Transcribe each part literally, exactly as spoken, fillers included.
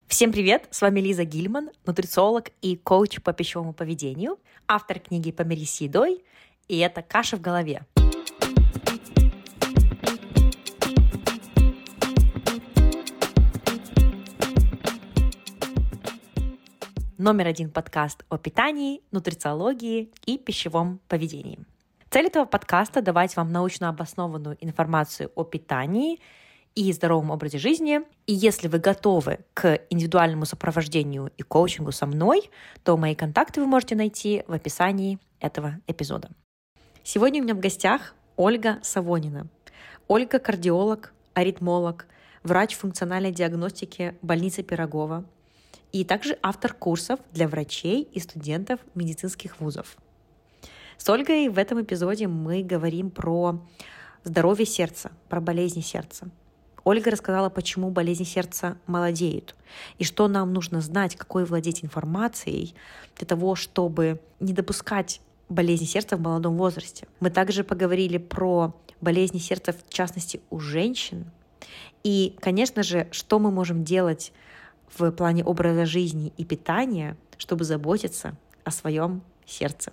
Всем привет! С вами Лиза Гильман, нутрициолог и коуч по пищевому поведению, автор книги «Помирись с едой», и это «Каша в голове». Номер один подкаст о питании, нутрициологии и пищевом поведении. Цель этого подкаста — давать вам научно обоснованную информацию о питании и здоровом образе жизни. И если вы готовы к индивидуальному сопровождению и коучингу со мной, то мои контакты вы можете найти в описании этого эпизода. Сегодня у меня в гостях Ольга Савонина. Ольга — кардиолог, аритмолог, врач функциональной диагностики больницы Пирогова и также автор курсов для врачей и студентов медицинских вузов. С Ольгой в этом эпизоде мы говорим про здоровье сердца, про болезни сердца. Ольга рассказала, почему болезни сердца молодеют и что нам нужно знать, какой владеть информацией для того, чтобы не допускать болезни сердца в молодом возрасте. Мы также поговорили про болезни сердца, в частности, у женщин. И, конечно же, что мы можем делать в плане образа жизни и питания, чтобы заботиться о своем сердце.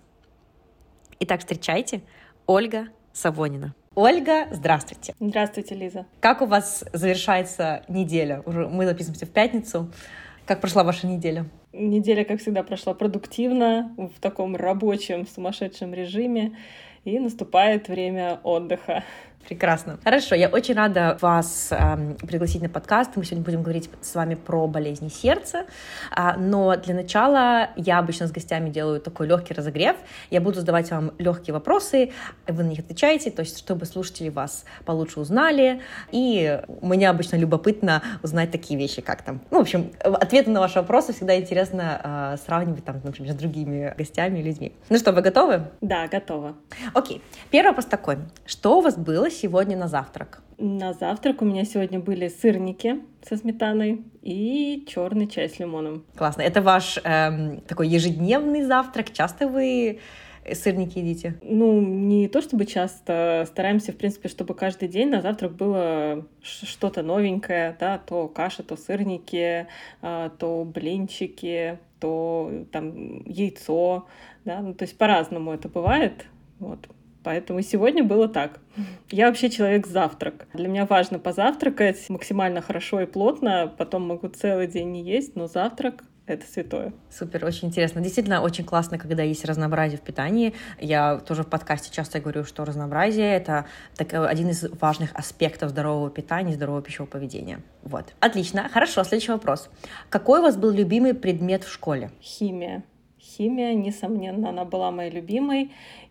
Итак, встречайте, Ольга Савонина. Ольга, здравствуйте. Здравствуйте, Лиза. Как у вас завершается неделя? Уже мы записываемся в пятницу. Как прошла ваша неделя? Неделя, как всегда, прошла продуктивно, в таком рабочем, сумасшедшем режиме, и наступает время отдыха. Прекрасно. Хорошо, я очень рада вас э, пригласить на подкаст. Мы сегодня будем говорить с вами про болезни сердца, а, но для начала я обычно с гостями делаю такой легкий разогрев. Я буду задавать вам легкие вопросы, вы на них отвечаете, то есть чтобы слушатели вас получше узнали. И мне обычно любопытно узнать такие вещи, как там... Ну, в общем, ответы на ваши вопросы всегда интересно э, сравнивать, там, например, с другими гостями и людьми. Ну что, вы готовы? Да, готова. Окей. Первый вопрос такой. Что у вас было сегодня на завтрак? На завтрак у меня сегодня были сырники со сметаной и черный чай с лимоном. Классно. Это ваш эм, такой ежедневный завтрак? Часто вы сырники едите? Ну, не то чтобы часто. Стараемся, в принципе, чтобы каждый день на завтрак было что-то новенькое, да, то каша, то сырники, то блинчики, то там яйцо, да, ну, то есть по-разному это бывает, вот. Поэтому сегодня было так. Я вообще человек-завтрак. Для меня важно позавтракать максимально хорошо и плотно, потом могу целый день не есть, но завтрак — это святое. Супер, очень интересно. Действительно, очень классно, когда есть разнообразие в питании. Я тоже в подкасте часто говорю, что разнообразие — это так, один из важных аспектов здорового питания, здорового пищевого поведения. Вот. Отлично. Хорошо, следующий вопрос. Какой у вас был любимый предмет в школе? Химия. Химия, несомненно, она была моей любимой,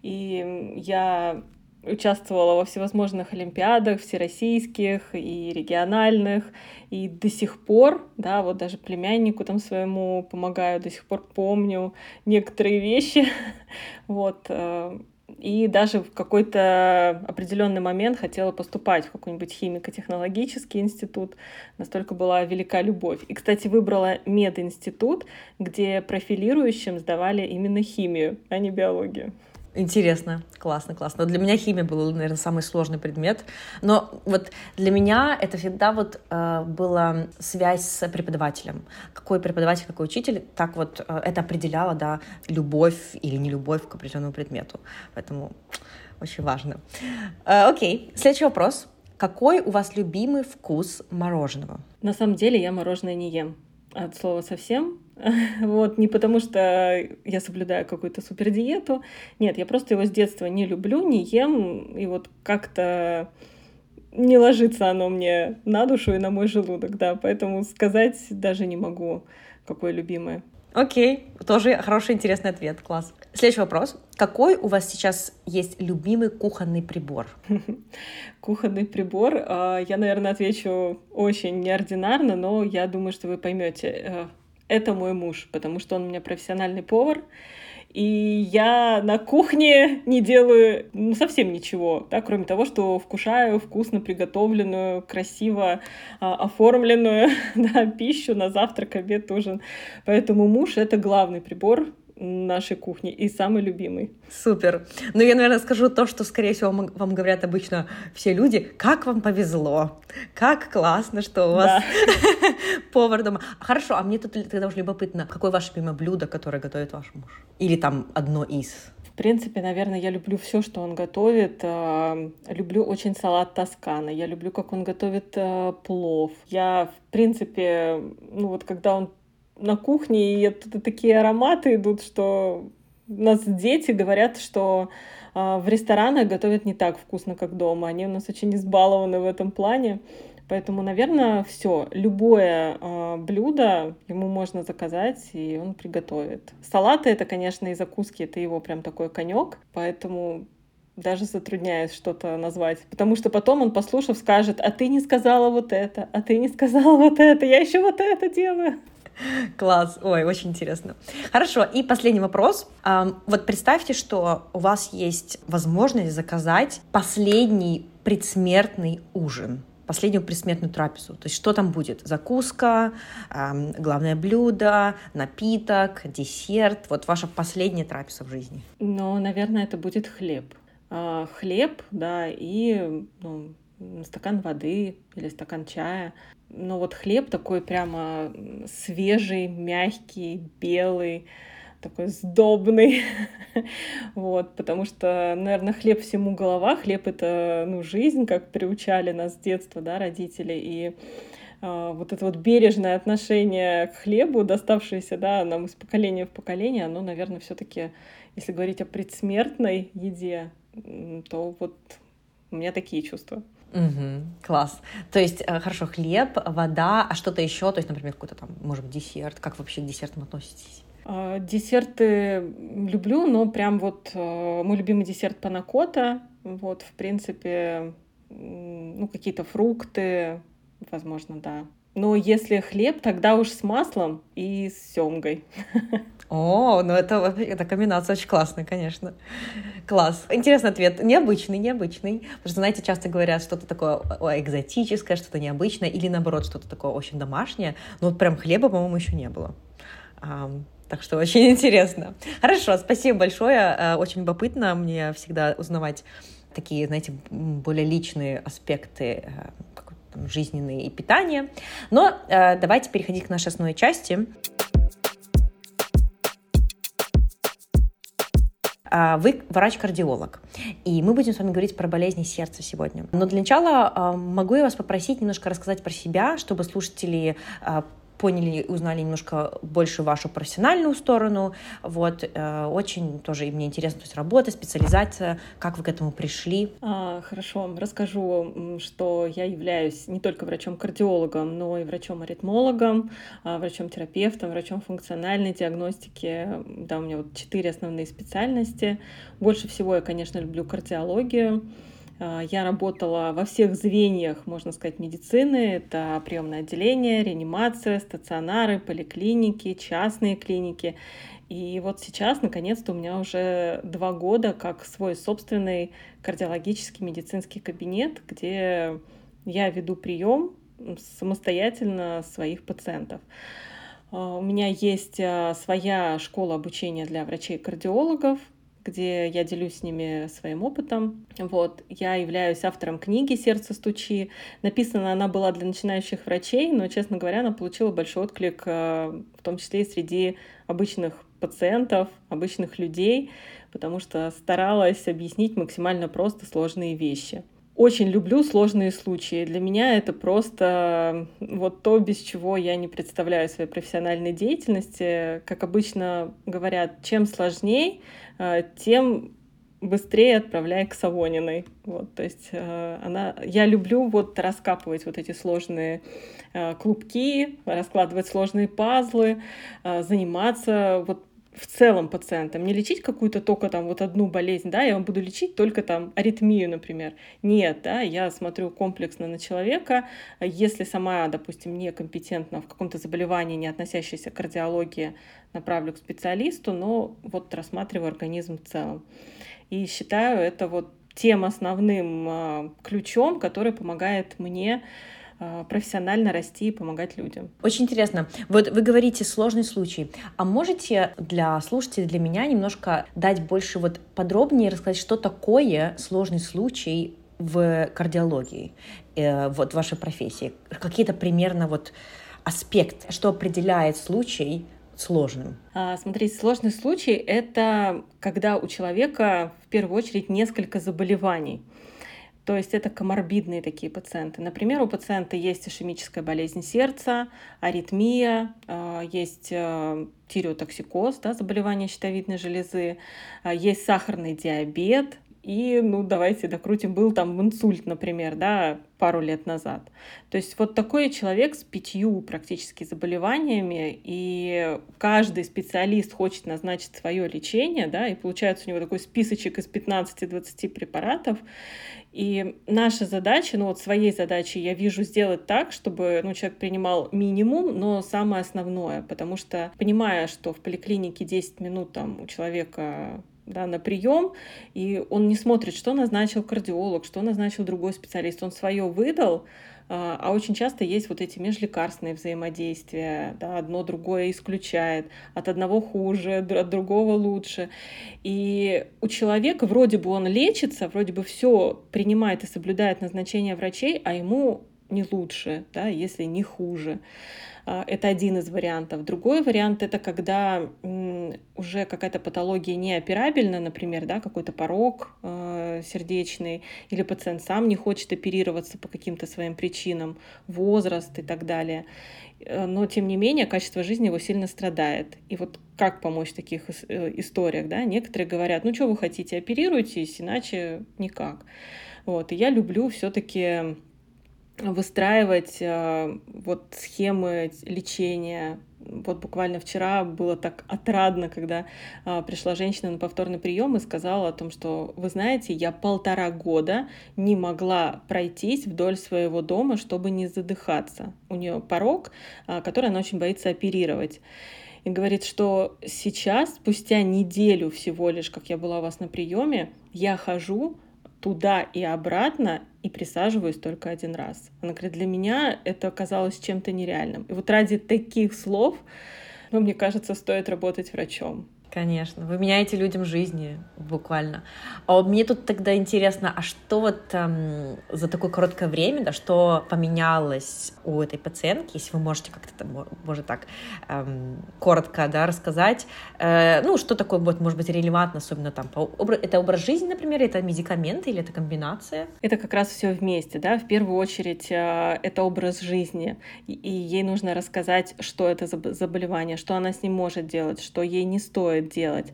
и я участвовала во всевозможных олимпиадах, всероссийских и региональных, и до сих пор, да, вот даже племяннику там своему помогаю, до сих пор помню некоторые вещи, вот. И даже в какой-то определенный момент хотела поступать в какой-нибудь химико-технологический институт. Настолько была велика любовь. И, кстати, выбрала мединститут, где профилирующим сдавали именно химию, а не биологию. Интересно, классно, классно. Для меня химия была, наверное, самый сложный предмет. Но вот для меня это всегда вот э, была связь с преподавателем. Какой преподаватель, какой учитель, так вот э, это определяло, да, любовь или не любовь к определенному предмету. Поэтому очень важно. Э, окей, следующий вопрос. Какой у вас любимый вкус мороженого? На самом деле я мороженое не ем. От слова совсем. Вот, не потому что я соблюдаю какую-то супердиету. Нет, я просто его с детства не люблю, не ем. И вот как-то не ложится оно мне на душу и на мой желудок, да. Поэтому сказать даже не могу, какое любимое. Окей, тоже хороший, интересный ответ, класс. Следующий вопрос. Какой у вас сейчас есть любимый кухонный прибор? Кухонный прибор? Я, наверное, отвечу очень неординарно, но я думаю, что вы поймете. Это мой муж, потому что он у меня профессиональный повар, и я на кухне не делаю ну, совсем ничего, да, кроме того, что вкушаю вкусно приготовленную, красиво а, оформленную да, пищу на завтрак, обед, ужин. Поэтому муж — это главный прибор нашей кухни и самый любимый. Супер. Ну, я, наверное, скажу то, что, скорее всего, вам, вам говорят обычно все люди. Как вам повезло, как классно, что у вас да. повар дома. Хорошо, а мне тут тогда уже любопытно, какое ваше любимое блюдо, которое готовит ваш муж? Или там одно из? В принципе, наверное, я люблю все, что он готовит. Люблю очень салат тоскана. Я люблю, как он готовит плов. Я, в принципе, ну вот когда он на кухне, и оттуда такие ароматы идут, что у нас дети говорят, что в ресторанах готовят не так вкусно, как дома. Они у нас очень избалованы в этом плане. Поэтому, наверное, все. Любое э, блюдо ему можно заказать, и он приготовит. Салаты — это, конечно, и закуски, это его прям такой конек, поэтому даже затрудняюсь что-то назвать. Потому что потом он, послушав, скажет: а ты не сказала вот это, а ты не сказала вот это, я еще вот это делаю. Класс, ой, очень интересно. Хорошо, и последний вопрос. Вот представьте, что у вас есть возможность заказать последний предсмертный ужин, последнюю предсмертную трапезу. То есть что там будет? Закуска, главное блюдо, напиток, десерт. Вот ваша последняя трапеза в жизни. Ну, наверное, это будет хлеб. Хлеб, да, и ну, стакан воды или стакан чая. Но вот хлеб такой прямо свежий, мягкий, белый, такой сдобный. Вот, потому что, наверное, хлеб всему голова. Хлеб — это, ну, жизнь, как приучали нас с детства, да, родители. И э, вот это вот бережное отношение к хлебу, доставшееся, да, нам из поколения в поколение, оно, наверное, все-таки, если говорить о предсмертной еде, то вот у меня такие чувства. Угу, класс. То есть, хорошо, хлеб, вода, а что-то еще, то есть, например, какой-то там, может быть, десерт. Как вообще к десертам относитесь? Десерты люблю, но прям вот мой любимый десерт панна-котта. Вот, в принципе, ну, какие-то фрукты, возможно, да. Но если хлеб, тогда уж с маслом и с семгой. О, ну это, это комбинация очень классная, конечно. Класс. Интересный ответ. Необычный, необычный. Потому что, знаете, часто говорят что-то такое экзотическое, что-то необычное, или наоборот, что-то такое очень домашнее. Но вот прям хлеба, по-моему, еще не было. Так что очень интересно. Хорошо, спасибо большое. Очень любопытно мне всегда узнавать такие, знаете, более личные аспекты там, жизненные и питания. Но э, давайте переходить к нашей основной части. Вы врач-кардиолог, и мы будем с вами говорить про болезни сердца сегодня. Но для начала могу я вас попросить немножко рассказать про себя, чтобы слушатели поняли и узнали немножко больше вашу профессиональную сторону. Вот, э, очень тоже и мне интересно, то есть работа, специализация, как вы к этому пришли? А, хорошо, расскажу, что я являюсь не только врачом-кардиологом, но и врачом-аритмологом, врачом-терапевтом, врачом функциональной диагностики. Да, у меня вот четыре основные специальности. Больше всего я, конечно, люблю кардиологию. Я работала во всех звеньях, можно сказать, медицины. Это приемное отделение, реанимация, стационары, поликлиники, частные клиники. И вот сейчас, наконец-то, у меня уже два года как свой собственный кардиологический медицинский кабинет, где я веду прием самостоятельно своих пациентов. У меня есть своя школа обучения для врачей-кардиологов, где я делюсь с ними своим опытом. Вот. Я являюсь автором книги «Сердце стучи». Написана она была для начинающих врачей, но, честно говоря, она получила большой отклик, в том числе и среди обычных пациентов, обычных людей, потому что старалась объяснить максимально просто сложные вещи. Очень люблю сложные случаи. Для меня это просто вот то, без чего я не представляю своей профессиональной деятельности. Как обычно говорят, чем сложнее, тем быстрее отправляй к Савониной. Вот, то есть она, я люблю вот раскапывать вот эти сложные клубки, раскладывать сложные пазлы, заниматься вот в целом пациентам, не лечить какую-то только там вот одну болезнь, да, я вам буду лечить только там аритмию, например. Нет, да, я смотрю комплексно на человека. Если сама, допустим, некомпетентна в каком-то заболевании, не относящейся к кардиологии, направлю к специалисту, но вот рассматриваю организм в целом. И считаю это вот тем основным ключом, который помогает мне профессионально расти и помогать людям. Очень интересно. Вот вы говорите сложный случай. А можете для слушателей, для меня немножко дать больше вот подробнее рассказать, что такое сложный случай в кардиологии, э, вот в вашей профессии? Какие-то примерно вот аспекты, что определяет случай сложным? А, смотрите, сложный случай — это когда у человека в первую очередь несколько заболеваний. То есть это коморбидные такие пациенты. Например, у пациента есть ишемическая болезнь сердца, аритмия, есть тиреотоксикоз, да, заболевание щитовидной железы, есть сахарный диабет. И, ну, давайте докрутим, был там инсульт, например, да, пару лет назад. То есть вот такой человек с пятью практически заболеваниями, и каждый специалист хочет назначить свое лечение, да, и получается у него такой списочек из пятнадцати-двадцати препаратов. И наша задача, ну вот своей задачей я вижу сделать так, чтобы, ну, человек принимал минимум, но самое основное, потому что, понимая, что в поликлинике десять минут там у человека, да, на прием, и он не смотрит, что назначил кардиолог, что назначил другой специалист. Он свое выдал, а очень часто есть вот эти межлекарственные взаимодействия, да, одно другое исключает, от одного хуже, от другого лучше. И у человека вроде бы он лечится, вроде бы все принимает и соблюдает назначение врачей, а ему не лучше, да, если не хуже. Это один из вариантов. Другой вариант — это когда уже какая-то патология неоперабельна, например, да, какой-то порок э, сердечный, или пациент сам не хочет оперироваться по каким-то своим причинам, возраст и так далее. Но, тем не менее, качество жизни его сильно страдает. И вот как помочь в таких историях? Да? Некоторые говорят, ну что вы хотите, оперируйтесь, иначе никак. Вот. И я люблю все-таки выстраивать э, вот схемы лечения. Вот буквально вчера было так отрадно, когда э, пришла женщина на повторный прием и сказала о том, что, вы знаете, я полтора года не могла пройтись вдоль своего дома, чтобы не задыхаться. У нее порок, э, который она очень боится оперировать. И говорит, что сейчас, спустя неделю всего лишь, как я была у вас на приеме, я хожу туда и обратно и присаживаюсь только один раз. Она говорит, для меня это оказалось чем-то нереальным. И вот ради таких слов, ну, мне кажется, стоит работать врачом. Конечно, вы меняете людям жизни буквально. А вот мне тут тогда интересно, а что вот эм, за такое короткое время, да, что поменялось у этой пациентки, если вы можете как-то, может так, эм, коротко, да, рассказать, э, ну, что такое, вот, может быть, релевантно, особенно там, по образ, это образ жизни, например, это медикаменты или это комбинация? Это как раз все вместе, да, в первую очередь э, это образ жизни, и, и ей нужно рассказать, что это за заболевание, что она с ним может делать, что ей не стоит делать.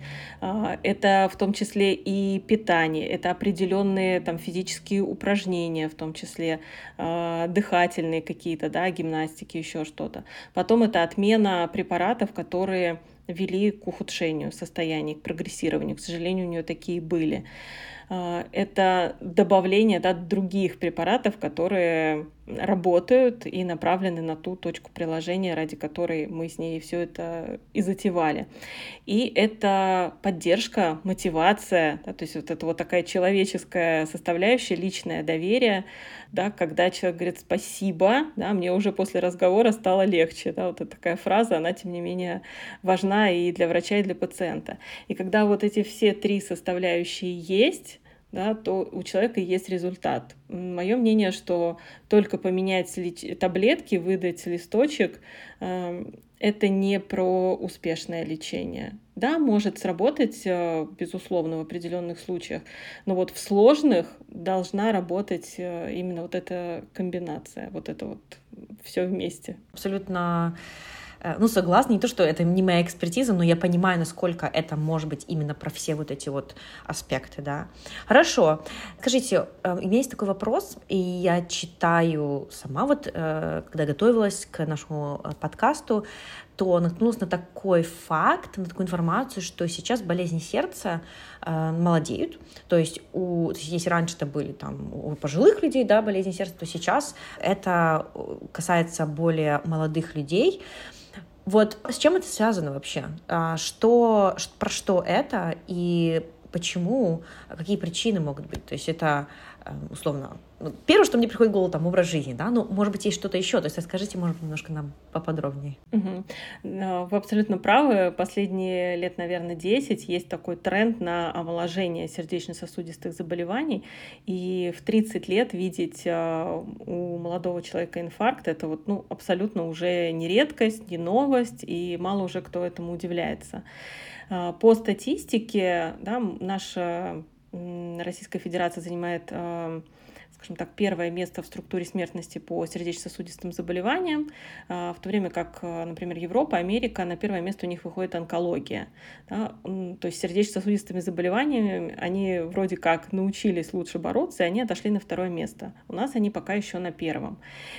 Это в том числе и питание, это определенные там физические упражнения, в том числе дыхательные какие-то, да, гимнастики, еще что-то. Потом это отмена препаратов, которые вели к ухудшению состояния, к прогрессированию. К сожалению, у нее такие были. Это добавление, да, других препаратов, которые работают и направлены на ту точку приложения, ради которой мы с ней все это и затевали. И это поддержка, мотивация, да, то есть вот это вот такая человеческая составляющая, личное доверие, да, когда человек говорит «спасибо», да, мне уже после разговора стало легче. Да, вот эта такая фраза, она, тем не менее, важна и для врача, и для пациента. И когда вот эти все три составляющие есть, да, то у человека есть результат. Мое мнение, что только поменять таблетки, выдать листочек, э, это не про успешное лечение. Да, может сработать, безусловно, в определенных случаях, но вот в сложных должна работать именно вот эта комбинация, вот это вот все вместе. Абсолютно. Ну, согласна, не то, что это не моя экспертиза, но я понимаю, насколько это может быть именно про все вот эти вот аспекты, да. Хорошо. Скажите, у меня есть такой вопрос, и я читаю сама вот, когда готовилась к нашему подкасту, то наткнулась на такой факт, на такую информацию, что сейчас болезни сердца э, молодеют. То есть, у, то есть если раньше это были там, у пожилых людей, да, болезни сердца, то сейчас это касается более молодых людей. Вот с чем это связано вообще? Что, про что это и почему, какие причины могут быть? То есть это условно, ну, первое, что мне приходит в голову, там, образ жизни, да, ну, может быть, есть что-то еще, то есть расскажите, может быть, немножко нам поподробнее. Угу. Вы абсолютно правы, последние лет, наверное, десять есть такой тренд на омоложение сердечно-сосудистых заболеваний, и в тридцать лет видеть у молодого человека инфаркт, это вот, ну, абсолютно уже не редкость, не новость, и мало уже кто этому удивляется. По статистике, да, наша Российская Федерация занимает, скажем так, первое место в структуре смертности по сердечно-сосудистым заболеваниям, в то время как, например, Европа, Америка, на первое место у них выходит онкология. Да? То есть с сердечно-сосудистыми заболеваниями они вроде как научились лучше бороться, и они отошли на второе место. У нас они пока еще на первом.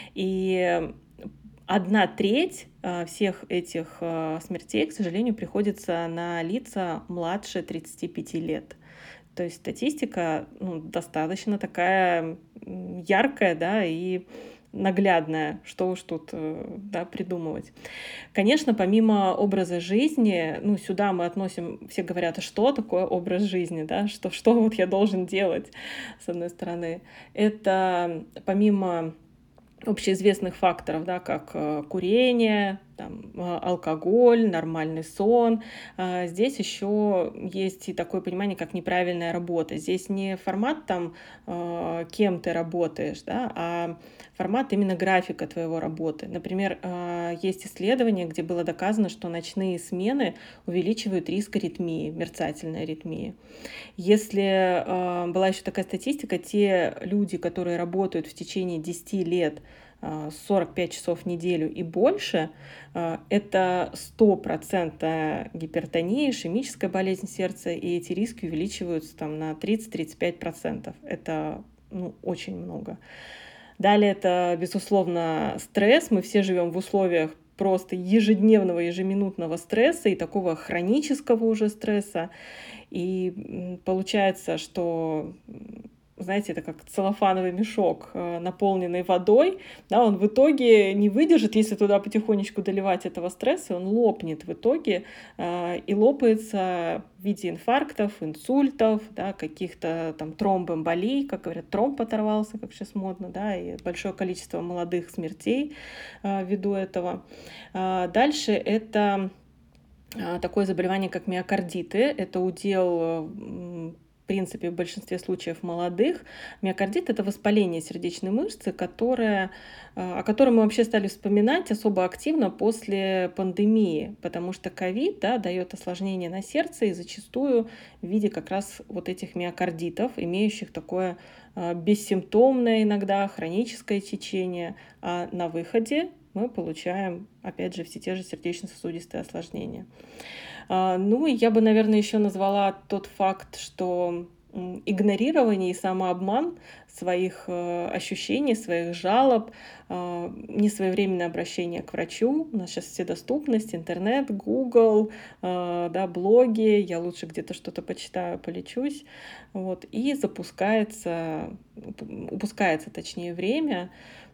И одна треть всех этих смертей, к сожалению, приходится на лица младше тридцати пяти лет. То есть статистика, ну, достаточно такая яркая, да, и наглядная, что уж тут, да, придумывать. Конечно, помимо образа жизни, ну, сюда мы относим, все говорят, а что такое образ жизни, да, что, что вот я должен делать, с одной стороны. Это помимо общеизвестных факторов, да, как курение, там, алкоголь, нормальный сон. Здесь еще есть и такое понимание, как неправильная работа. Здесь не формат, там, кем ты работаешь, да, а формат именно графика твоего работы. Например, есть исследование, где было доказано, что ночные смены увеличивают риск аритмии, мерцательной аритмии. Если была еще такая статистика, те люди, которые работают в течение десяти лет сорок пять часов в неделю и больше, это сто процентов гипертония, ишемическая болезнь сердца, и эти риски увеличиваются там, на тридцать-тридцать пять процентов. Это, ну, очень много. Далее это, безусловно, стресс. Мы все живем в условиях просто ежедневного, ежеминутного стресса и такого хронического уже стресса. И получается, что, знаете, это как целлофановый мешок, наполненный водой, да, он в итоге не выдержит, если туда потихонечку доливать этого стресса, он лопнет в итоге и лопается в виде инфарктов, инсультов, да, каких-то там тромбоэмболий, как говорят, тромб оторвался, как сейчас модно, да, и большое количество молодых смертей ввиду этого. Дальше это такое заболевание, как миокардиты. Это удел, в принципе, в большинстве случаев молодых. Миокардит — это воспаление сердечной мышцы, которое, о котором мы вообще стали вспоминать особо активно после пандемии, потому что ковид, да, дает осложнения на сердце и зачастую в виде как раз вот этих миокардитов, имеющих такое бессимптомное иногда хроническое течение, а на выходе мы получаем, опять же, все те же сердечно-сосудистые осложнения. Ну и я бы, наверное, еще назвала тот факт, что игнорирование и самообман своих ощущений, своих жалоб, несвоевременное обращение к врачу. У нас сейчас вседоступность, интернет, Google, да, блоги, я лучше где-то что-то почитаю, полечусь. Вот, и запускается, упускается, точнее, время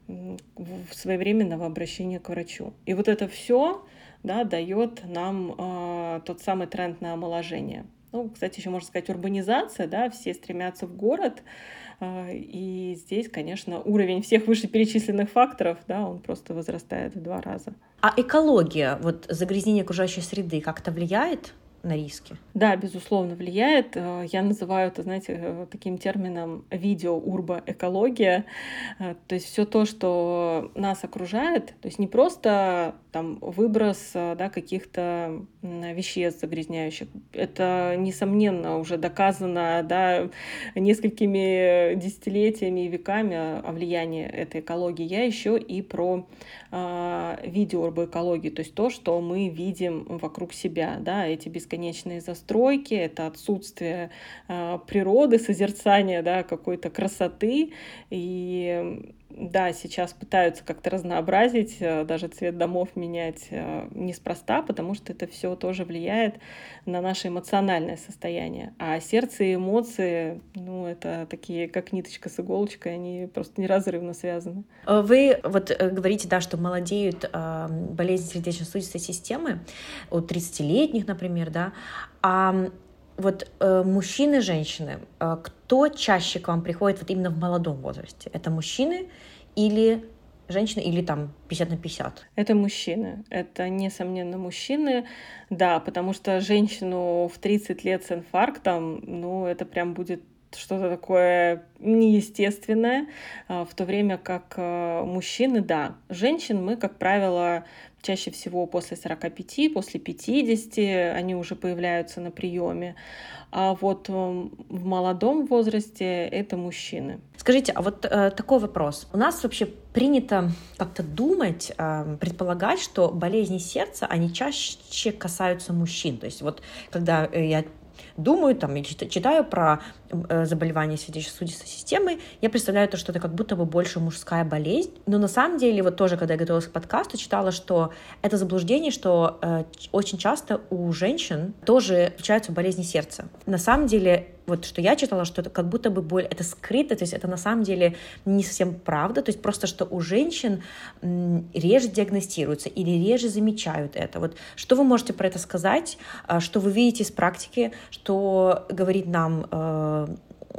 своевременного обращения к врачу. И вот это все, да, дает нам э, тот самый тренд на омоложение. Ну, кстати, еще можно сказать урбанизация, да, все стремятся в город, э, и здесь, конечно, уровень всех вышеперечисленных факторов, да, он просто возрастает в два раза. А экология, вот загрязнение окружающей среды как-то влияет на риски? Да, безусловно, влияет. Я называю это, знаете, таким термином видеоурбоэкология. То есть все то, что нас окружает, то есть не просто там выброс, да, каких-то веществ загрязняющих. Это, несомненно, уже доказано, да, несколькими десятилетиями и веками о влиянии этой экологии. Я еще и про э, видеоурбоэкологию, то есть то, что мы видим вокруг себя, да, эти бесконечные застройки, это отсутствие э, природы, созерцания, да, какой-то красоты. И да, сейчас пытаются как-то разнообразить, даже цвет домов менять неспроста, потому что это все тоже влияет на наше эмоциональное состояние. А сердце и эмоции, ну, это такие, как ниточка с иголочкой, они просто неразрывно связаны. Вы вот говорите, да, что молодеют э, болезни сердечно-сосудистой системы у тридцатилетних, например, да, а вот э, мужчины, женщины, э, кто чаще к вам приходит вот именно в молодом возрасте? Это мужчины или женщины, или там пятьдесят на пятьдесят? Это мужчины. Это, несомненно, мужчины. Да, потому что женщину в тридцать лет с инфарктом, ну, это прям будет что-то такое неестественное, в то время как мужчины, да. Женщин мы, как правило, чаще всего после сорока пяти, после пятидесяти они уже появляются на приеме. А вот в молодом возрасте это мужчины. Скажите, а вот э, такой вопрос. У нас вообще принято как-то думать, э, предполагать, что болезни сердца, они чаще касаются мужчин. То есть вот когда я думаю, там, и читаю про э, заболевания сердечно-сосудистой системы, я представляю то, что это как будто бы больше мужская болезнь. Но на самом деле, вот тоже, когда я готовилась к подкасту, читала, что это заблуждение, что э, очень часто у женщин тоже случаются болезни сердца. На самом деле, вот что я читала, что это как будто бы боль, это скрыто, то есть это на самом деле не совсем правда, то есть просто, что у женщин м, реже диагностируются или реже замечают это. Вот что вы можете про это сказать, что вы видите из практики, что говорит нам э,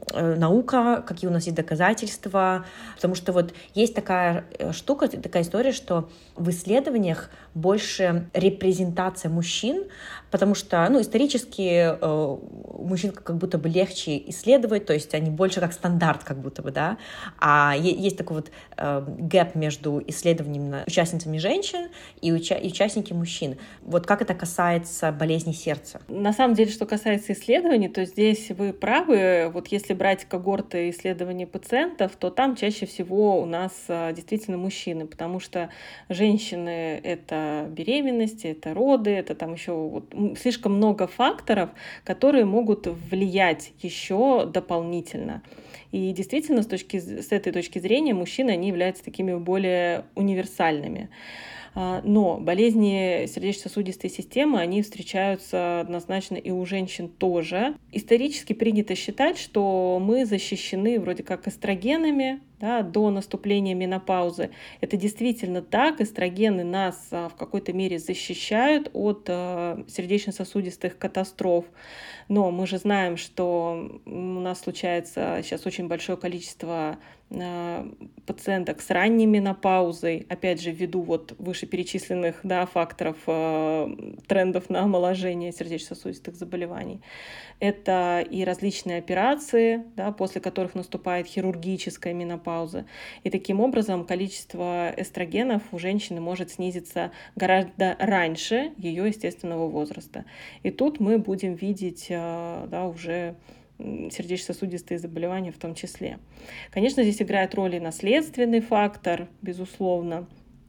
наука, какие у нас есть доказательства, потому что вот есть такая штука, такая история, что в исследованиях больше репрезентация мужчин, потому что, ну, исторически э, мужчин как будто бы легче исследовать, то есть они больше как стандарт как будто бы, да, а есть такой вот э, гэп между исследованиями участницами женщин и, уча- и участники мужчин. Вот как это касается болезней сердца? На самом деле, что касается исследований, то здесь вы правы, вот если брать когорты исследований пациентов, то там чаще всего у нас действительно мужчины, потому что женщины — это беременность, это роды, это там еще вот слишком много факторов, которые могут влиять еще дополнительно. И действительно, с, точки, с этой точки зрения, мужчины, они являются такими более универсальными. Но болезни сердечно-сосудистой системы, они встречаются однозначно и у женщин тоже. Исторически принято считать, что мы защищены вроде как эстрогенами, да, до наступления менопаузы. Это действительно так. Эстрогены нас в какой-то мере защищают от сердечно-сосудистых катастроф. Но мы же знаем, что у нас случается сейчас очень большое количество пациенток с ранней менопаузой, опять же, ввиду вот вышеперечисленных, да, факторов, э, трендов на омоложение сердечно-сосудистых заболеваний. Это и различные операции, да, после которых наступает хирургическая менопауза. И таким образом количество эстрогенов у женщины может снизиться гораздо раньше ее естественного возраста. И тут мы будем видеть, э, да, уже сердечно-сосудистые заболевания в том числе. Конечно, здесь играет роль и наследственный фактор, безусловно.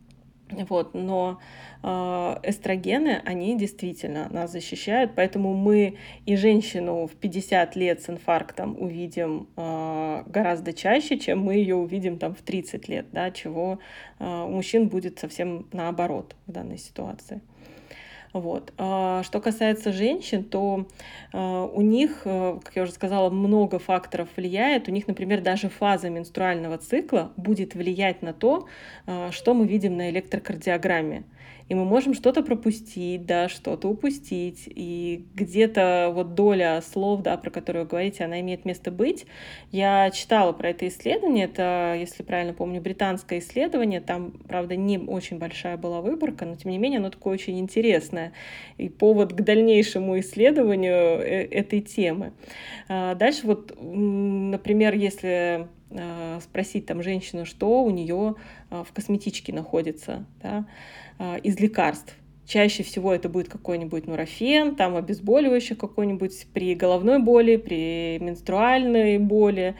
Вот, но э, эстрогены, они действительно нас защищают, поэтому мы и женщину в пятьдесят лет с инфарктом увидим э, гораздо чаще, чем мы ее увидим там в тридцать лет, да, чего э, у мужчин будет совсем наоборот в данной ситуации. Вот. Что касается женщин, то у них, как я уже сказала, много факторов влияет. У них, например, даже фаза менструального цикла будет влиять на то, что мы видим на электрокардиограмме. И мы можем что-то пропустить, да, что-то упустить. И где-то вот доля слов, да, про которые вы говорите, она имеет место быть. Я читала про это исследование. Это, если правильно помню, британское исследование. Там, правда, не очень большая была выборка, но, тем не менее, оно такое очень интересное. И повод к дальнейшему исследованию этой темы. Дальше вот, например, если спросить там женщину, что у нее в косметичке находится, да, из лекарств. Чаще всего это будет какой-нибудь нурофен, там обезболивающий какой-нибудь при головной боли, при менструальной боли.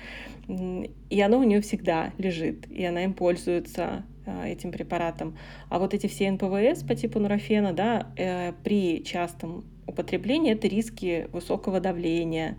И оно у нее всегда лежит, и она им пользуется, этим препаратом. А вот эти все эн пэ вэ эс по типу нурофена, да, при частом употреблении это риски высокого давления.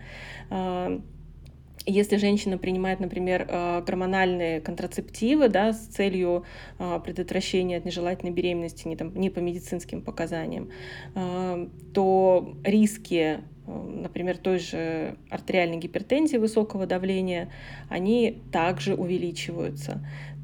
Если женщина принимает, например, гормональные контрацептивы, да, с целью предотвращения от нежелательной беременности не, там, не по медицинским показаниям, то риски, например, той же артериальной гипертензии высокого давления, они также увеличиваются.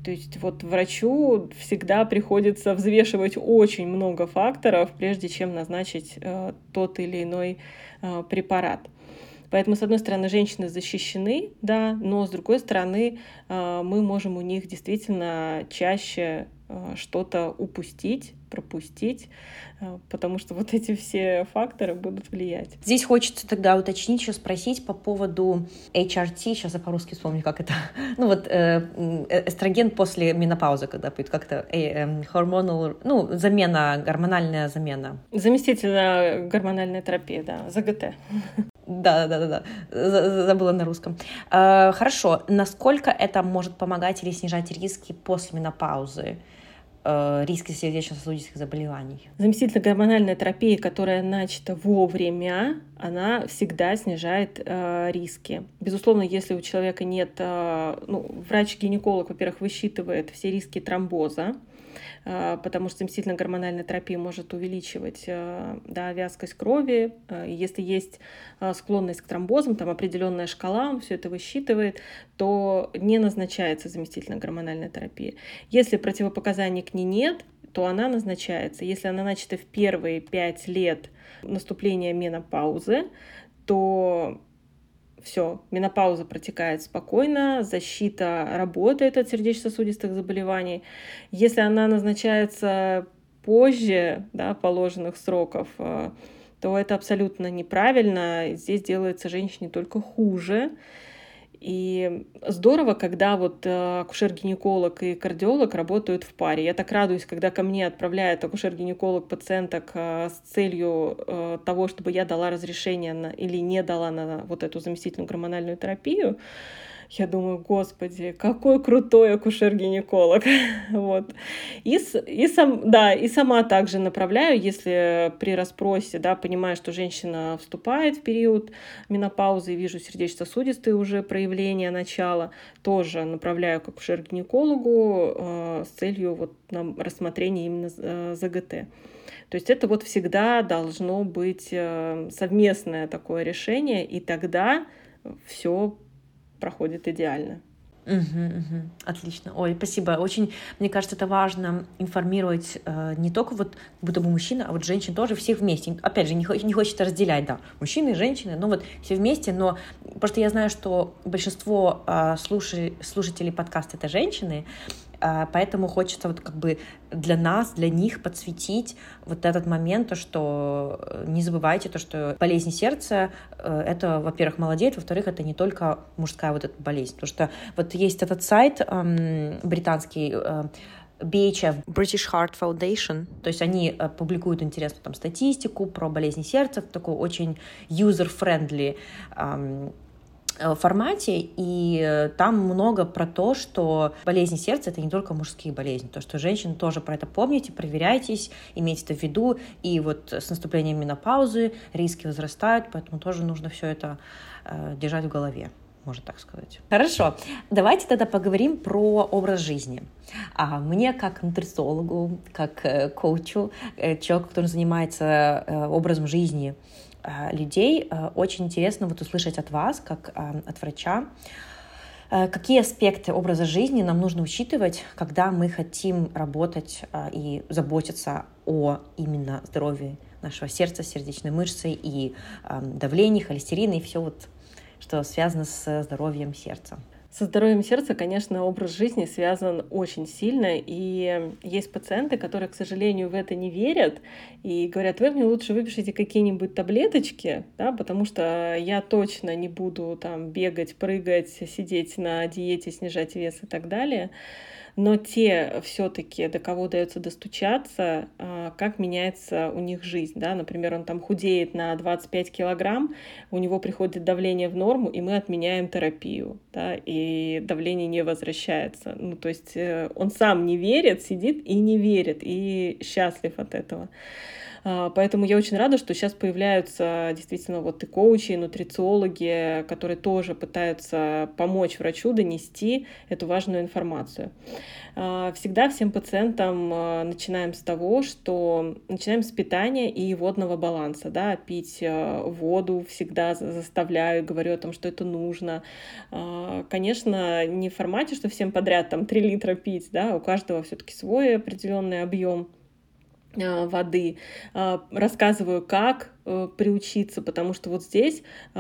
То есть вот врачу всегда приходится взвешивать очень много факторов, прежде чем назначить э, тот или иной э, препарат. Поэтому, с одной стороны, женщины защищены, да, но с другой стороны, э, мы можем у них действительно чаще э, что-то упустить, пропустить, э, потому что вот эти все факторы будут влиять. Здесь хочется тогда уточнить, еще спросить по поводу эйч ар ти, сейчас я по-русски вспомню, как это, ну вот э, эстроген после менопаузы, когда будет как-то э, hormonal, ну, замена, гормональная замена. Заместительная гормональная терапия, да, зэ гэ тэ. Да, да, да, да, забыла на русском. Э, хорошо, насколько это может помогать или снижать риски после менопаузы, э, риски сердечно-сосудистых заболеваний? Заместительная гормональная терапия, которая начата вовремя, она всегда снижает э, риски. Безусловно, если у человека нет, э, ну, врач-гинеколог, во-первых, высчитывает все риски тромбоза, потому что заместительная гормональная терапия может увеличивать, да, вязкость крови. Если есть склонность к тромбозам, там определенная шкала, он все это высчитывает, то не назначается заместительная гормональная терапия. Если противопоказаний к ней нет, то она назначается. Если она начата в первые пять лет наступления менопаузы, то все, менопауза протекает спокойно, защита работает от сердечно-сосудистых заболеваний. Если она назначается позже, да, положенных сроков, то это абсолютно неправильно. Здесь делается женщине только хуже. И здорово, когда вот акушер-гинеколог и кардиолог работают в паре. Я так радуюсь, когда ко мне отправляет акушер-гинеколог пациенток с целью того, чтобы я дала разрешение на, или не дала на вот эту заместительную гормональную терапию. Я думаю, господи, какой крутой акушер-гинеколог. Вот. И, и, сам, да, и сама также направляю, если при расспросе, да, понимаю, что женщина вступает в период менопаузы и вижу сердечно-сосудистые уже проявления начала, тоже направляю к акушер-гинекологу э, с целью вот, на рассмотрения именно э, зэ гэ тэ. То есть это вот всегда должно быть э, совместное такое решение, и тогда все проходит идеально. Угу, угу. Отлично. Ой, спасибо. Очень, мне кажется, это важно информировать э, не только вот будто бы мужчин, а вот женщин тоже, всех вместе. Опять же, не, не хочется разделять, да, мужчины и женщины, но вот все вместе, но просто я знаю, что большинство э, слушай, слушателей подкаста — это женщины, поэтому хочется вот как бы для нас, для них подсветить вот этот момент, то, что не забывайте, то, что болезнь сердца — это, во-первых, молодеет, во-вторых, это не только мужская вот эта болезнь, потому что вот есть этот сайт эм, британский, э, би эйч эф, British Heart Foundation, то есть они публикуют интересную там статистику про болезни сердца в такой очень user-friendly эм, формате, и там много про то, что болезни сердца — это не только мужские болезни, то, что женщины тоже про это помните, проверяйтесь, имейте это в виду, и вот с наступлением менопаузы риски возрастают, поэтому тоже нужно все это э, держать в голове, можно так сказать. Хорошо, давайте тогда поговорим про образ жизни. А мне как нутрициологу, как коучу, человеку, который занимается образом жизни людей, очень интересно вот услышать от вас, как от врача, какие аспекты образа жизни нам нужно учитывать, когда мы хотим работать и заботиться о именно здоровье нашего сердца, сердечной мышцы и давлении, холестерина и все вот, что связано с здоровьем сердца. Со здоровьем сердца, конечно, образ жизни связан очень сильно, и есть пациенты, которые, к сожалению, в это не верят и говорят: вы мне лучше выпишите какие-нибудь таблеточки, да, потому что я точно не буду там бегать, прыгать, сидеть на диете, снижать вес и так далее. Но те все-таки, до кого удается достучаться, как меняется у них жизнь. Да? Например, он там худеет на двадцать пять килограмм, у него приходит давление в норму, и мы отменяем терапию, да? И давление не возвращается. Ну, то есть он сам не верит, сидит и не верит, и счастлив от этого. Поэтому я очень рада, что сейчас появляются действительно вот и коучи, и нутрициологи, которые тоже пытаются помочь врачу донести эту важную информацию. Всегда всем пациентам начинаем с того, что начинаем с питания и водного баланса, да, пить воду всегда заставляю, говорю о том, что это нужно. Конечно, не в формате, что всем подряд там три литра пить, да, у каждого все-таки свой определенный объем воды. Рассказываю, как приучиться, потому что вот здесь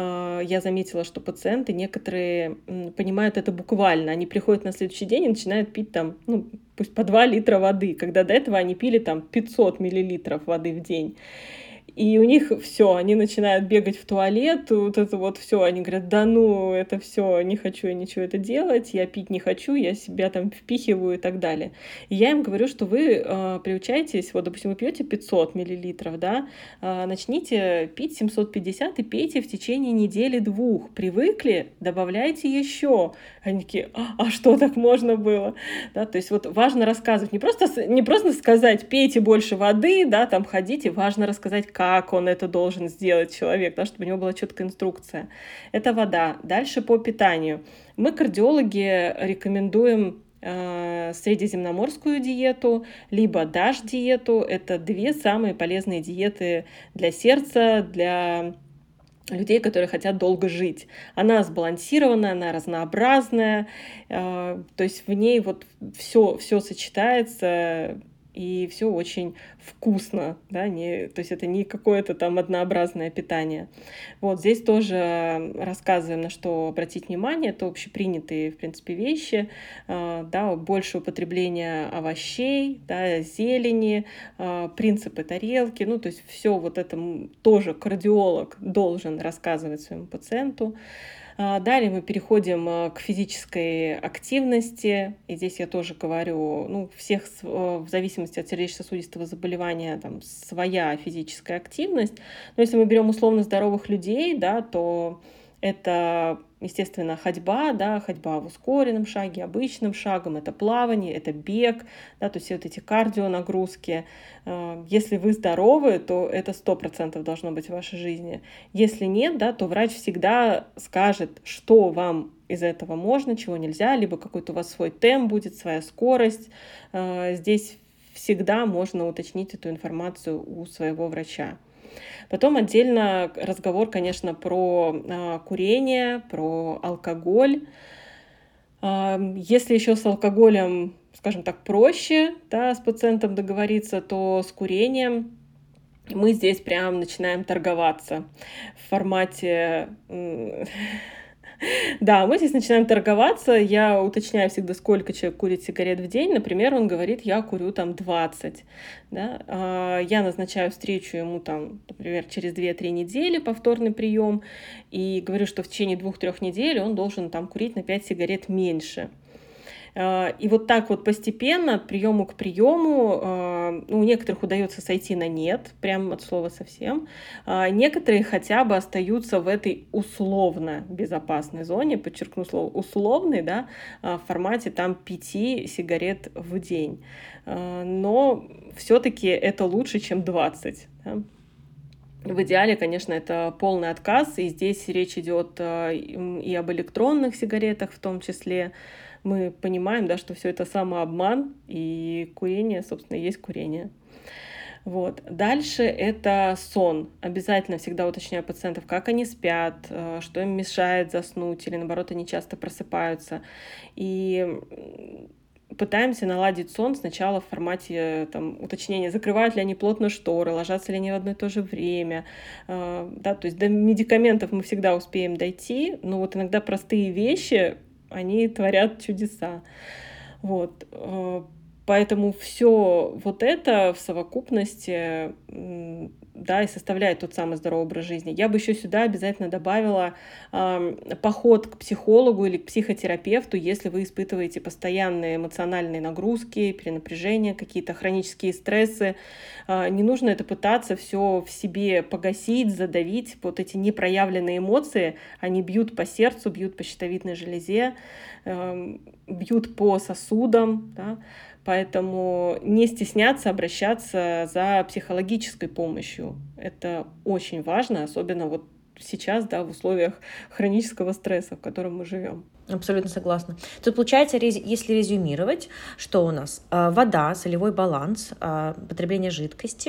я заметила, что пациенты некоторые понимают это буквально. Они приходят на следующий день и начинают пить там, ну, пусть по два литра воды, когда до этого они пили там пятьсот миллилитров воды в день. И у них все, они начинают бегать в туалет, вот это вот все, они говорят, да ну, это все, не хочу я ничего это делать, я пить не хочу, я себя там впихиваю и так далее. И я им говорю, что вы э, приучаетесь, вот, допустим, вы пьете пятьсот миллилитров, да, э, начните пить семьсот пятьдесят и пейте в течение недели-двух. Привыкли, добавляйте еще. Они такие, а, а что так можно было? Да, то есть вот важно рассказывать, не просто, не просто сказать, пейте больше воды, да, там ходите, важно рассказать, как как он это должен сделать, человек, да, чтобы у него была четкая инструкция. Это вода. Дальше по питанию. Мы, кардиологи, рекомендуем э, средиземноморскую диету, либо даш-диету. Это две самые полезные диеты для сердца, для людей, которые хотят долго жить. Она сбалансированная, она разнообразная, э, то есть в ней вот все, все сочетается, и все очень вкусно, да, не, то есть это не какое-то там однообразное питание. Вот здесь тоже рассказываем, на что обратить внимание, это общепринятые, в принципе, вещи, да, больше употребления овощей, да, зелени, принципы тарелки, ну, то есть все вот это тоже кардиолог должен рассказывать своему пациенту. Далее мы переходим к физической активности. И здесь я тоже говорю, ну, всех в зависимости от сердечно-сосудистого заболевания там своя физическая активность. Но если мы берем условно здоровых людей, да, то это, естественно, ходьба, да, ходьба в ускоренном шаге, обычным шагом, это плавание, это бег, да, то есть вот эти кардионагрузки. Если вы здоровы, то это сто процентов должно быть в вашей жизни. Если нет, да, то врач всегда скажет, что вам из этого можно, чего нельзя, либо какой-то у вас свой темп будет, своя скорость. Здесь всегда можно уточнить эту информацию у своего врача. Потом отдельно разговор, конечно, про э, курение, про алкоголь. Э, если еще с алкоголем, скажем так, проще, да, с пациентом договориться, то с курением мы здесь прям начинаем торговаться в формате... Э, Да, мы здесь начинаем торговаться, я уточняю всегда, сколько человек курит сигарет в день. Например, он говорит, я курю там двадцать. Да? Я назначаю встречу ему там, например, через две-три недели повторный прием и говорю, что в течение двух-трех недель он должен там курить на пять сигарет меньше. И вот так вот постепенно от приема к приему, ну, у некоторых удается сойти на нет, прям от слова совсем. Некоторые хотя бы остаются в этой условно безопасной зоне, подчеркну слово условный, да, в формате там пяти сигарет в день. Но все-таки это лучше, чем двадцать. Да? В идеале, конечно, это полный отказ, и здесь речь идет и об электронных сигаретах в том числе. Мы понимаем, да, что все это самообман, и курение, собственно, есть курение. Вот. Дальше это сон. Обязательно всегда уточняю пациентов, как они спят, что им мешает заснуть, или наоборот, они часто просыпаются. И пытаемся наладить сон сначала в формате там, уточнения, закрывают ли они плотно шторы, ложатся ли они в одно и то же время. Да, то есть до медикаментов мы всегда успеем дойти, но вот иногда простые вещи, они творят чудеса. Вот. Поэтому все вот это в совокупности, да, и составляет тот самый здоровый образ жизни. Я бы еще сюда обязательно добавила э, поход к психологу или к психотерапевту, если вы испытываете постоянные эмоциональные нагрузки, перенапряжения, какие-то хронические стрессы. Э, не нужно это пытаться все в себе погасить, задавить. Вот эти непроявленные эмоции, они бьют по сердцу, бьют по щитовидной железе, э, бьют по сосудам, да. Поэтому не стесняться обращаться за психологической помощью. Это очень важно, особенно вот сейчас, да, в условиях хронического стресса, в котором мы живем. Абсолютно согласна. Тут получается, если резюмировать, что у нас вода, солевой баланс, потребление жидкости,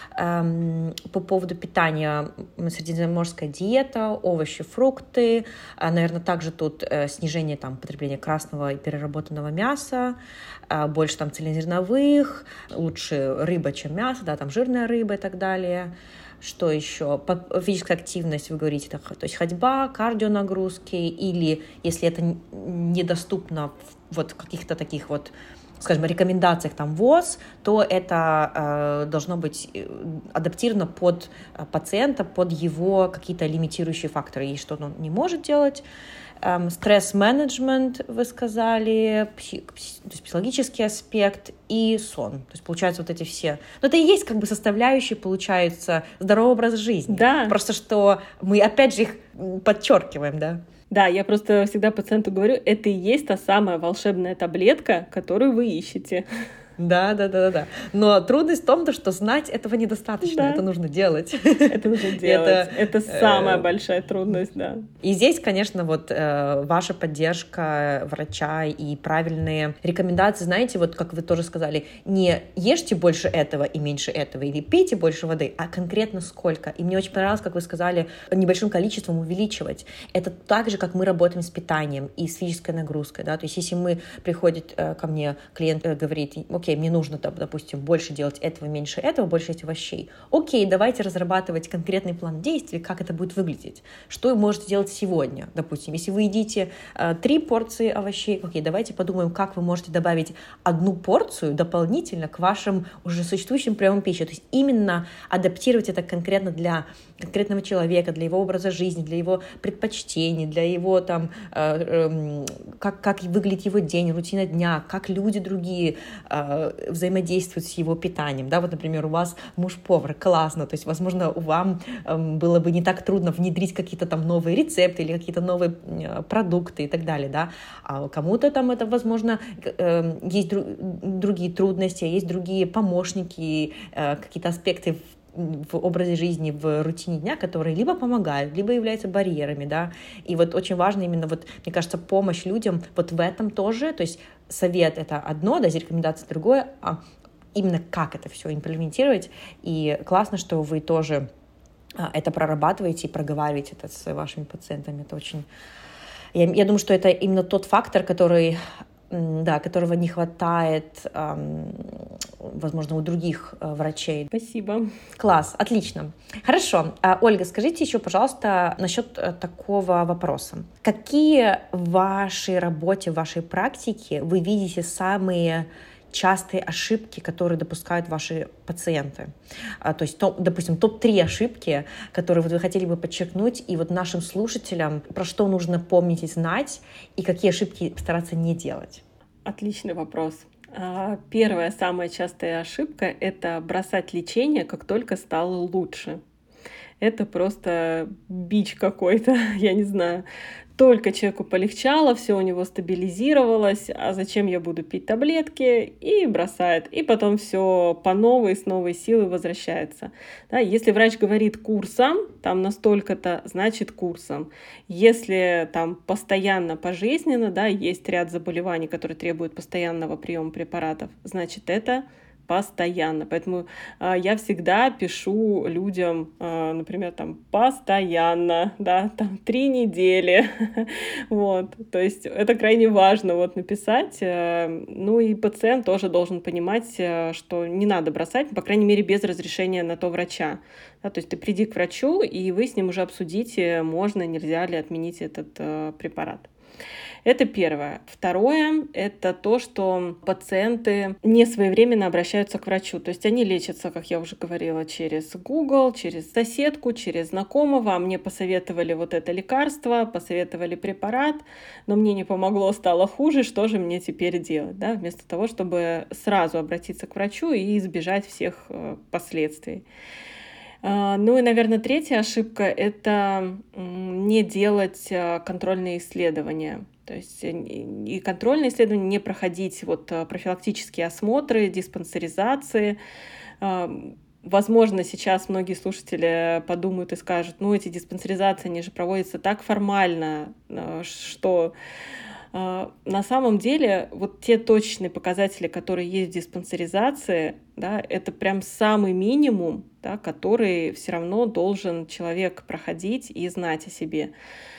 по поводу питания средиземноморская диета, овощи, фрукты, наверное, также тут снижение там, потребления красного и переработанного мяса, больше там цельнозерновых, лучше рыба, чем мясо, да, там жирная рыба и так далее. Что еще? Физическая активность, вы говорите, то есть ходьба, кардионагрузки, или если это недоступно вот в каких-то таких вот, скажем, рекомендациях там ВОЗ, то это э, должно быть адаптировано под пациента, под его какие-то лимитирующие факторы, и что он не может делать. Эм, стресс-менеджмент, вы сказали, пси- пси- то есть психологический аспект и сон. То есть, получается, вот эти все... Но это и есть как бы составляющие, получается, здоровый образ жизни. Да. Просто что мы, опять же, их подчеркиваем, да? Да, я просто всегда пациенту говорю, это и есть та самая волшебная таблетка, которую вы ищете. Да, да, да, да, да. Но трудность в том, что знать этого недостаточно, да. это нужно делать. Это нужно делать. Это, это самая э... большая трудность, да. И здесь, конечно, вот э, ваша поддержка врача и правильные рекомендации, знаете, вот как вы тоже сказали, не ешьте больше этого и меньше этого, или пейте больше воды, а конкретно сколько. И мне очень понравилось, как вы сказали, небольшим количеством увеличивать. Это так же, как мы работаем с питанием и с физической нагрузкой, да, то есть если мы, приходит э, ко мне клиент, э, говорит, окей, мне нужно, допустим, больше делать этого, меньше этого, больше этих овощей. Окей, давайте разрабатывать конкретный план действий, как это будет выглядеть. Что вы можете делать сегодня, допустим. Если вы едите э, три порции овощей, окей, давайте подумаем, как вы можете добавить одну порцию дополнительно к вашим уже существующим приемам пищи. То есть именно адаптировать это конкретно для конкретного человека, для его образа жизни, для его предпочтений, для его там, э, э, как, как выглядит его день, рутина дня, как люди другие э, взаимодействуют с его питанием. Да? Вот, например, у вас муж-повар, классно, то есть, возможно, вам э, было бы не так трудно внедрить какие-то там новые рецепты или какие-то новые э, продукты и так далее, да, а кому-то там это, возможно, э, есть дру- другие трудности, есть другие помощники, э, какие-то аспекты в в образе жизни, в рутине дня, которые либо помогают, либо являются барьерами, да, и вот очень важно именно вот, мне кажется, помощь людям вот в этом тоже, то есть совет — это одно, да, рекомендация — другое, а именно как это все имплементировать, и классно, что вы тоже это прорабатываете и проговариваете это с вашими пациентами, это очень... Я, я думаю, что это именно тот фактор, который... да, которого не хватает, эм, возможно, у других э, врачей. Спасибо. Класс, отлично. Хорошо. А, Ольга, скажите еще, пожалуйста, насчет э, такого вопроса. Какие в вашей работе, в вашей практике вы видите самые частые ошибки, которые допускают ваши пациенты? А, то есть, то, допустим, топ три ошибки, которые вот вы хотели бы подчеркнуть, и вот нашим слушателям, про что нужно помнить и знать, и какие ошибки стараться не делать? Отличный вопрос. Первая, самая частая ошибка — это бросать лечение, как только стало лучше. Это просто бич какой-то, я не знаю. Только человеку полегчало, все у него стабилизировалось, а зачем я буду пить таблетки? И бросает. И потом все по новой, с новой силой возвращается. Да, если врач говорит курсом, там настолько-то, значит курсом. Если там постоянно, пожизненно, да, есть ряд заболеваний, которые требуют постоянного приема препаратов, значит это постоянно. Поэтому э, я всегда пишу людям, э, например, там постоянно, да, там три недели. Вот. То есть это крайне важно вот написать. Э, ну и пациент тоже должен понимать, э, что не надо бросать, по крайней мере, без разрешения на то врача. Да, то есть ты приди к врачу, и вы с ним уже обсудите, можно, нельзя ли отменить этот э, препарат. Это первое. Второе — это то, что пациенты не своевременно обращаются к врачу. То есть они лечатся, как я уже говорила, через Google, через соседку, через знакомого. А мне посоветовали вот это лекарство, посоветовали препарат, но мне не помогло, стало хуже. Что же мне теперь делать? Да? Вместо того, чтобы сразу обратиться к врачу и избежать всех последствий. Ну и, наверное, третья ошибка — это не делать контрольные исследования. То То есть и контрольные исследования не проходить, вот профилактические осмотры, диспансеризации. Возможно, сейчас многие слушатели подумают и скажут, ну, эти диспансеризации, они же проводятся так формально, что на самом деле вот те точечные показатели, которые есть в диспансеризации, да, это прям самый минимум, да, который все равно должен человек проходить и знать о себе.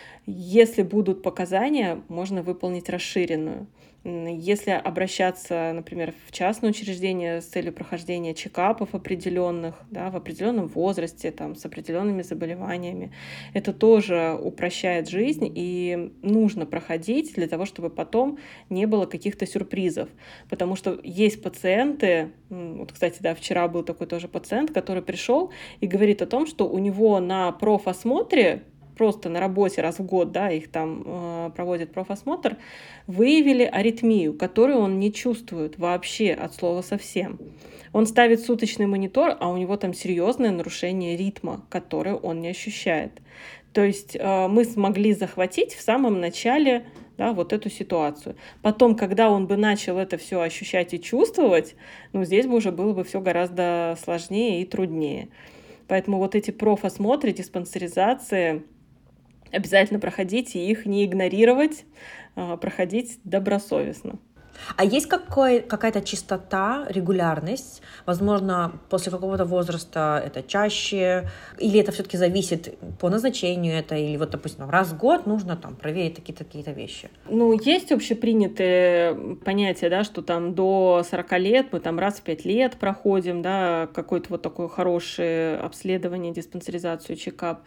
Если будут показания, можно выполнить расширенную. Если обращаться, например, в частное учреждение с целью прохождения чекапов определенных, да, в определенном возрасте, там, с определенными заболеваниями, это тоже упрощает жизнь и нужно проходить для того, чтобы потом не было каких-то сюрпризов. Потому что есть пациенты, вот, кстати, да, вчера был такой тоже пациент, который пришел и говорит о том, что у него на профосмотре, просто на работе раз в год, да, их там э, проводят профосмотр, выявили аритмию, которую он не чувствует вообще от слова совсем. Он ставит суточный монитор, а у него там серьезное нарушение ритма, которое он не ощущает. То есть э, мы смогли захватить в самом начале, да, вот эту ситуацию. Потом, когда он бы начал это все ощущать и чувствовать, ну, здесь бы уже было бы все гораздо сложнее и труднее. Поэтому вот эти профосмотры, диспансеризации обязательно проходить и их не игнорировать, проходить добросовестно. А есть какой, какая-то частота, регулярность? Возможно, после какого-то возраста это чаще, или это все-таки зависит по назначению это, или вот, допустим, раз в год нужно там проверить какие-то какие-то вещи? Ну, есть общепринятые понятия, да, что там до сорока лет мы там раз в пять лет проходим, да, какое-то вот такое хорошее обследование, диспансеризацию, чекап.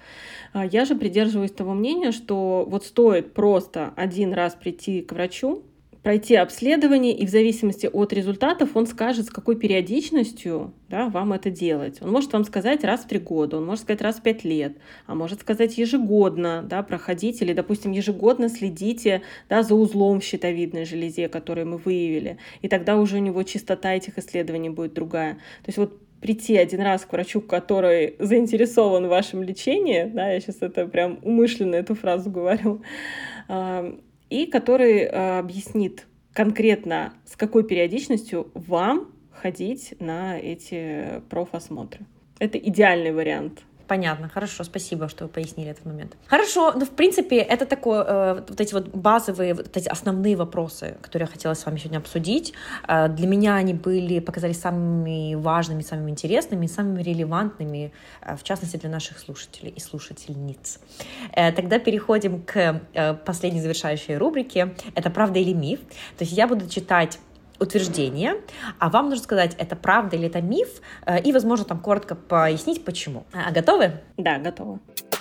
Я же придерживаюсь того мнения, что вот стоит просто один раз прийти к врачу, пройти обследование, и в зависимости от результатов он скажет, с какой периодичностью, да, вам это делать. Он может вам сказать раз в три года, он может сказать раз в пять лет, а может сказать ежегодно, да, проходите, или, допустим, ежегодно следите, да, за узлом в щитовидной железе, который мы выявили, и тогда уже у него частота этих исследований будет другая. То есть вот прийти один раз к врачу, который заинтересован в вашем лечении, да, я сейчас это прям умышленно эту фразу говорю, и который э, объяснит конкретно, с какой периодичностью вам ходить на эти профосмотры. Это идеальный вариант. Понятно, хорошо, спасибо, что вы пояснили этот момент. Хорошо, ну, в принципе, это такое, э, вот эти вот базовые, вот эти основные вопросы, которые я хотела с вами сегодня обсудить. Э, для меня они были, показались самыми важными, самыми интересными, самыми релевантными, э, в частности, для наших слушателей и слушательниц. Э, тогда переходим к э, последней завершающей рубрике. Это «Правда или миф?». То есть я буду читать утверждение, а вам нужно сказать, это правда или это миф, и, возможно, там коротко пояснить, почему. А, готовы? Да, готова.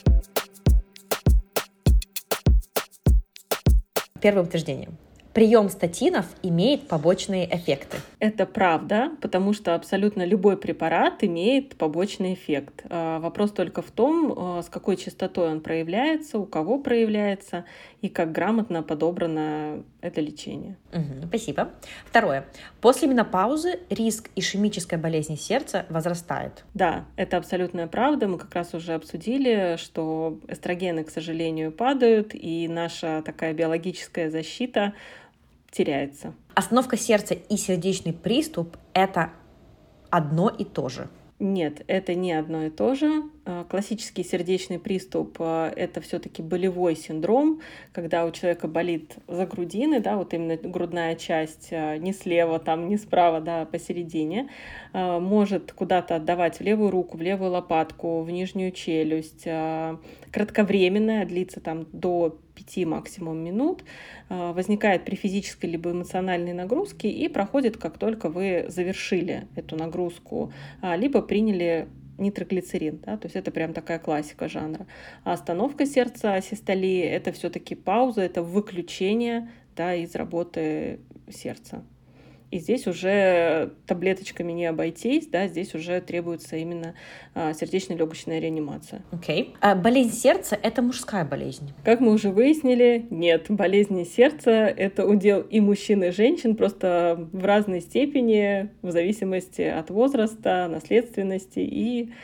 Первое утверждение. Прием статинов имеет побочные эффекты. Это правда, потому что абсолютно любой препарат имеет побочный эффект. Вопрос только в том, с какой частотой он проявляется, у кого проявляется и как грамотно подобрано это лечение. Угу, спасибо. Второе. После менопаузы риск ишемической болезни сердца возрастает. Да, это абсолютная правда. Мы как раз уже обсудили, что эстрогены, к сожалению, падают, и наша такая биологическая защита теряется. Остановка сердца и сердечный приступ – это одно и то же. Нет, это не одно и то же. Классический сердечный приступ – это все-таки болевой синдром, когда у человека болит за грудины, да, вот именно грудная часть не слева, там, не справа, да, а посередине, может куда-то отдавать в левую руку, в левую лопатку, в нижнюю челюсть, кратковременная, длится там до пяти максимум минут, возникает при физической либо эмоциональной нагрузке и проходит, как только вы завершили эту нагрузку, либо приняли нитроглицерин, да, то есть это прям такая классика жанра. А остановка сердца, асистолии, это все-таки пауза, это выключение, да, из работы сердца. И здесь уже таблеточками не обойтись, да, здесь уже требуется именно а, сердечно-легочная реанимация. Окей. Okay. А болезнь сердца – это мужская болезнь? Как мы уже выяснили, нет. Болезни сердца – это удел и мужчин, и женщин, просто в разной степени, в зависимости от возраста, наследственности и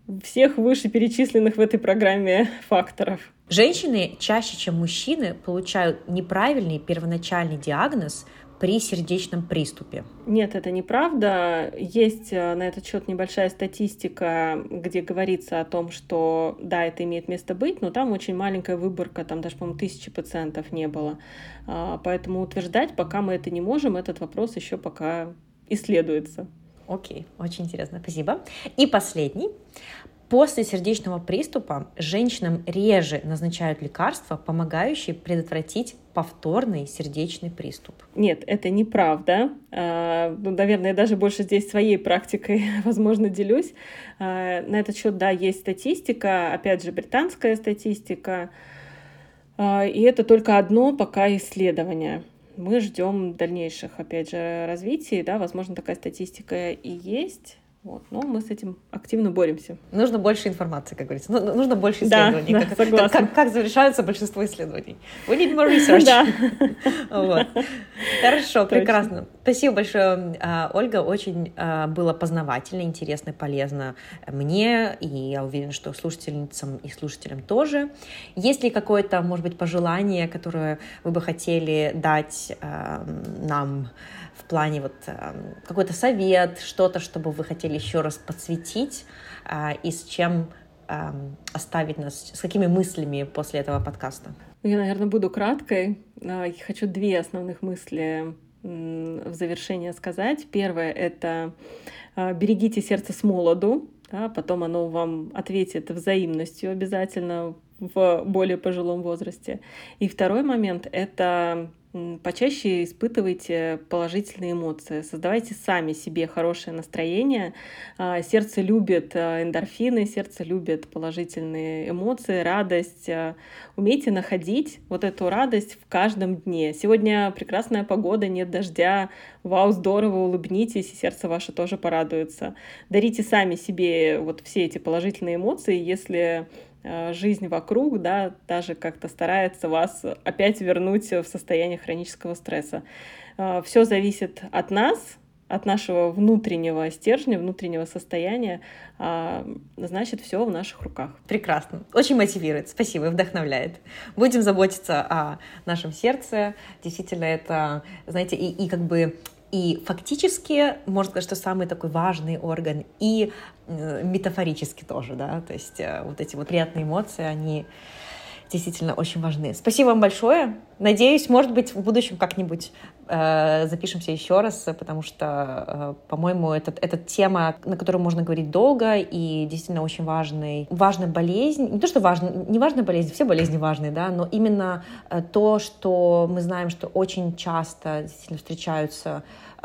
всех вышеперечисленных в этой программе факторов. Женщины чаще, чем мужчины, получают неправильный первоначальный диагноз при сердечном приступе. Нет, это неправда. Есть на этот счет небольшая статистика, где говорится о том, что да, это имеет место быть, но там очень маленькая выборка, там даже, по-моему, тысячи пациентов не было. Поэтому утверждать, пока мы это не можем, этот вопрос еще пока исследуется. Окей, очень интересно, спасибо. И последний. После сердечного приступа женщинам реже назначают лекарства, помогающие предотвратить повторный сердечный приступ. Нет, это неправда. Ну, наверное, я даже больше здесь своей практикой, возможно, делюсь. На этот счет, да, есть статистика, опять же, британская статистика, и это только одно пока исследование. Мы ждем дальнейших, опять же, развитий, да, возможно, такая статистика и есть. Вот, но мы с этим активно боремся. Нужно больше информации, как говорится. Ну, нужно больше исследований. Да, как, да, согласна. Как, как, как завершается большинство исследований. We need more research. Да. Вот. Хорошо, прекрасно. Спасибо большое, Ольга. Очень было познавательно, интересно, полезно мне, и я уверена, что слушательницам и слушателям тоже. Есть ли какое-то, может быть, пожелание, которое вы бы хотели дать нам в плане вот э, какой-то совет, что-то, чтобы вы хотели еще раз подсветить э, и с чем э, оставить нас, с какими мыслями после этого подкаста? Я, наверное, буду краткой. Я хочу две основных мысли в завершение сказать. Первое — это берегите сердце с молоду, да, потом оно вам ответит взаимностью обязательно в более пожилом возрасте. И второй момент — это почаще испытывайте положительные эмоции, создавайте сами себе хорошее настроение. Сердце любит эндорфины, сердце любит положительные эмоции, радость. Умейте находить вот эту радость в каждом дне. Сегодня прекрасная погода, нет дождя. Вау, здорово, улыбнитесь, и сердце ваше тоже порадуется. Дарите сами себе вот все эти положительные эмоции, если жизнь вокруг, да, даже как-то старается вас опять вернуть в состояние хронического стресса. Все зависит от нас, от нашего внутреннего стержня, внутреннего состояния, значит, все в наших руках. Прекрасно. Очень мотивирует. Спасибо, вдохновляет. Будем заботиться о нашем сердце. Действительно, это, знаете, и, и как бы и фактически, можно сказать, что самый такой важный орган, и э, метафорически тоже, да, то есть э, вот эти вот приятные эмоции, они действительно очень важны. Спасибо вам большое. Надеюсь, может быть, в будущем как-нибудь э, запишемся еще раз, потому что, э, по-моему, это, это тема, на которую можно говорить долго, и действительно очень важный, важная болезнь. Не то, что важная, не важная болезнь, все болезни важные, да, но именно э, то, что мы знаем, что очень часто действительно встречаются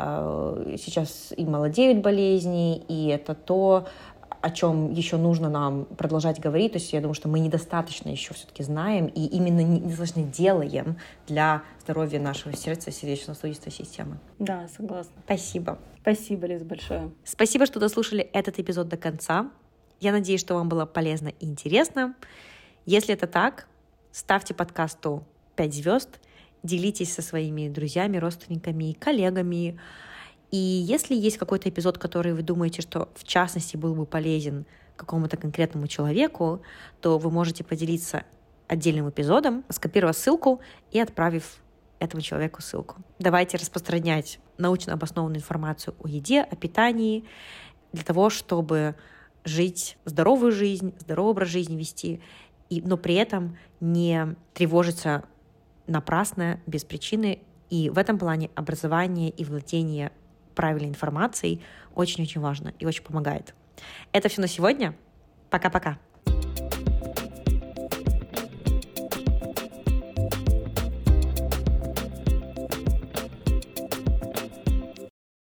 э, сейчас и молодеют болезни, и это то, о чем еще нужно нам продолжать говорить. То есть я думаю, что мы недостаточно еще все-таки знаем и именно недостаточно делаем для здоровья нашего сердца и сердечно-сосудистой системы. Да, согласна. Спасибо. Спасибо, Лиз, большое. Спасибо, что дослушали этот эпизод до конца. Я надеюсь, что вам было полезно и интересно. Если это так, ставьте подкасту пять звезд, делитесь со своими друзьями, родственниками, коллегами. И если есть какой-то эпизод, который вы думаете, что в частности был бы полезен какому-то конкретному человеку, то вы можете поделиться отдельным эпизодом, скопировав ссылку и отправив этому человеку ссылку. Давайте распространять научно обоснованную информацию о еде, о питании, для того, чтобы жить здоровую жизнь, здоровый образ жизни вести, и, но при этом не тревожиться напрасно, без причины. И в этом плане образование и владение правильной информацией очень-очень важно и очень помогает. Это все на сегодня. Пока-пока.